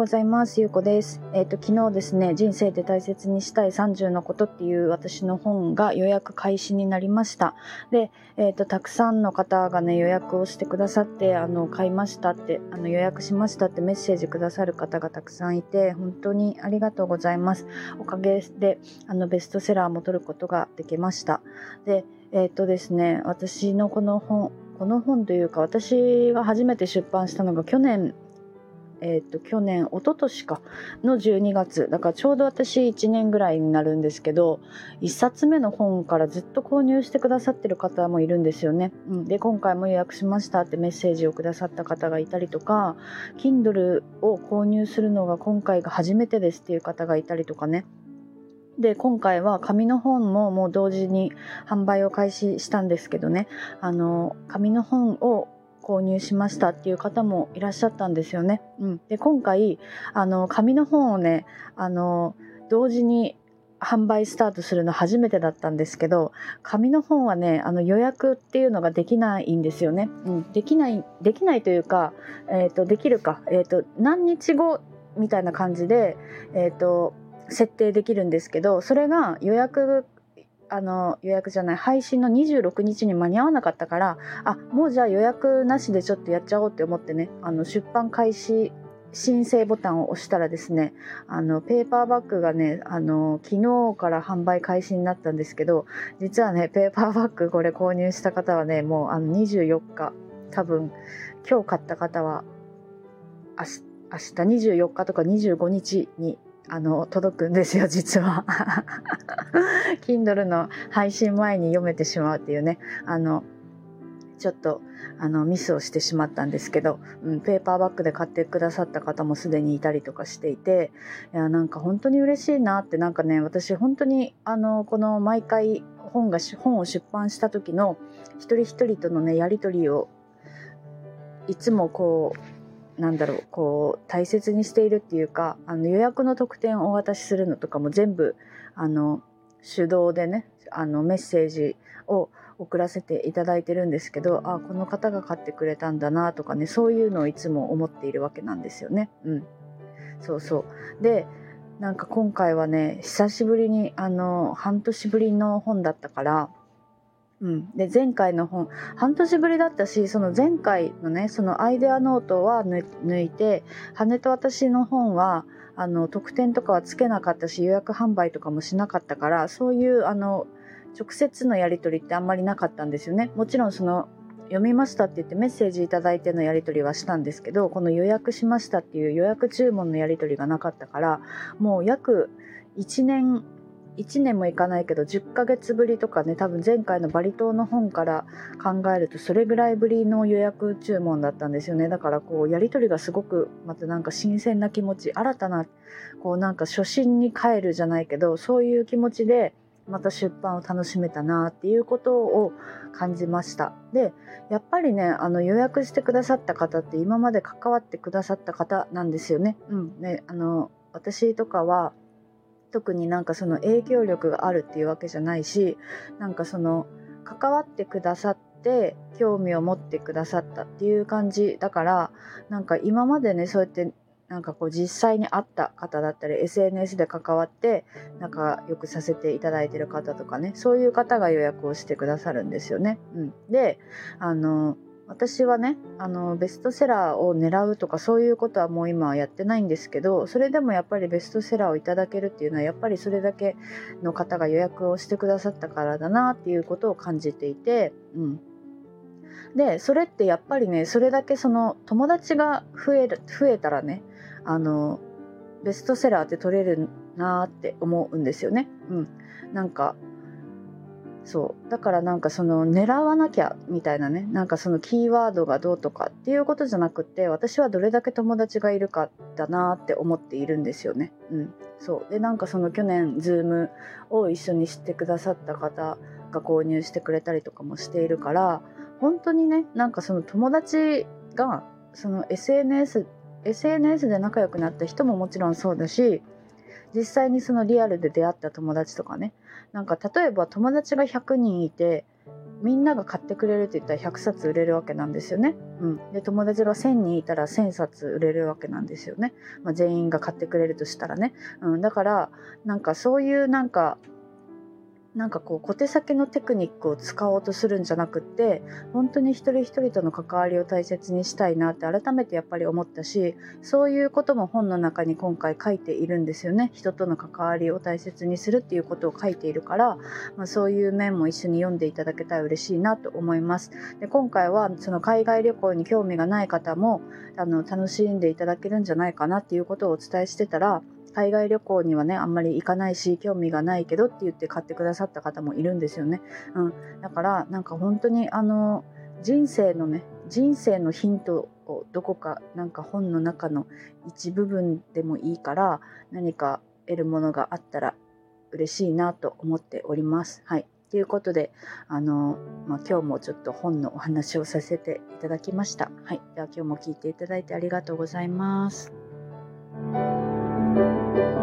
ざいます。ゆうこです。昨日ですね、人生で大切にしたい30のことっていう私の本が予約開始になりました。で、たくさんの方がね、予約をしてくださって、買いましたって、予約しましたってメッセージくださる方がたくさんいて、本当にありがとうございます。おかげで、ベストセラーも取ることができました。で、ですね、私のこの本というか、私が初めて出版したのが去年、一昨年かの12月だからちょうど私1年ぐらいになるんですけど、1冊目の本からずっと購入してくださってる方もいるんですよね。で、今回も予約しましたってメッセージをくださった方がいたりとか、 Kindle を購入するのが今回が初めてですっていう方がいたりとかね。で、今回は紙の本ももう同時に販売を開始したんですけどね、紙の本を購入しましたっていう方もいらっしゃったんですよね。で、今回紙の本をね、同時に販売スタートするの初めてだったんですけど、紙の本はね、予約っていうのができないんですよね。できないというか、できるか、何日後みたいな感じで、設定できるんですけど、それが予約じゃない、配信の26日に間に合わなかったから、もうじゃあ予約なしでちょっとやっちゃおうって思ってね、出版開始申請ボタンを押したらですね、ペーパーバッグがね、昨日から販売開始になったんですけど、実はね、ペーパーバッグこれ購入した方はね、もう24日、多分今日買った方は明日24日とか25日に届くんですよ、実は。Kindle の配信前に読めてしまうっていうね、ちょっとミスをしてしまったんですけど、ペーパーバッグで買ってくださった方もすでにいたりとかしていて、いや、なんか本当に嬉しいなって、なんかね、私本当にこの毎回本を出版した時の一人一人とのね、やり取りをいつも大切にしているっていうか、予約の特典をお渡しするのとかも全部手動でね、メッセージを送らせていただいてるんですけど、この方が買ってくれたんだなとかね、そういうのをいつも思っているわけなんですよね。そうで、なんか今回はね、久しぶりに半年ぶりの本だったから、で、前回の本半年ぶりだったし、その前回のね、そのアイデアノートは抜いて、羽と私の本は特典とかはつけなかったし、予約販売とかもしなかったから、そういう直接のやり取りってあんまりなかったんですよね。もちろん読みましたって言ってメッセージいただいてのやり取りはしたんですけど、この予約しましたっていう予約注文のやり取りがなかったから、もう約1年もいかないけど10ヶ月ぶりとかね、多分前回のバリ島の本から考えるとそれぐらいぶりの予約注文だったんですよね。だからやり取りがすごくまたなんか新鮮な気持ち、新たななんか初心に帰るじゃないけど、そういう気持ちでまた出版を楽しめたなっていうことを感じました。で、やっぱりね、予約してくださった方って今まで関わってくださった方なんですよね。私とかは特になんかその影響力があるっていうわけじゃないし、なんか関わってくださって興味を持ってくださったっていう感じだから、なんか今までね、そうやってなんか実際に会った方だったり SNS で関わって仲良くさせていただいてる方とかね、そういう方が予約をしてくださるんですよね。で、私はね、ベストセラーを狙うとかそういうことはもう今はやってないんですけど、それでもやっぱりベストセラーをいただけるっていうのはやっぱりそれだけの方が予約をしてくださったからだなっていうことを感じていて、で、それってやっぱりね、それだけ友達が増えたらね、ベストセラーって取れるなって思うんですよね。なんかそうだから、なんか狙わなきゃみたいなね、なんかキーワードがどうとかっていうことじゃなくて、私はどれだけ友達がいるかだなって思っているんですよね。そうで、なんか去年ズームを一緒にしてくださった方が購入してくれたりとかもしているから、本当にね、なんか友達がSNS で仲良くなった人ももちろんそうだし、実際にリアルで出会った友達とかね、なんか例えば友達が100人いてみんなが買ってくれるって言ったら100冊売れるわけなんですよね。で友達が1000人いたら1000冊売れるわけなんですよね。全員が買ってくれるとしたらね。だからなんかそういうなんかこう小手先のテクニックを使おうとするんじゃなくって、本当に一人一人との関わりを大切にしたいなって改めてやっぱり思ったし、そういうことも本の中に今回書いているんですよね。人との関わりを大切にするっていうことを書いているから、そういう面も一緒に読んでいただけたら嬉しいなと思います。で今回はその海外旅行に興味がない方も楽しんでいただけるんじゃないかなっていうことをお伝えしてたら、海外旅行にはねあんまり行かないし興味がないけどって言って買ってくださった方もいるんですよね。だからなんか本当に人生のヒントをどこかなんか本の中の一部分でもいいから何か得るものがあったら嬉しいなと思っております。はい。ということで今日もちょっと本のお話をさせていただきました。はい。では今日も聞いていただいてありがとうございます。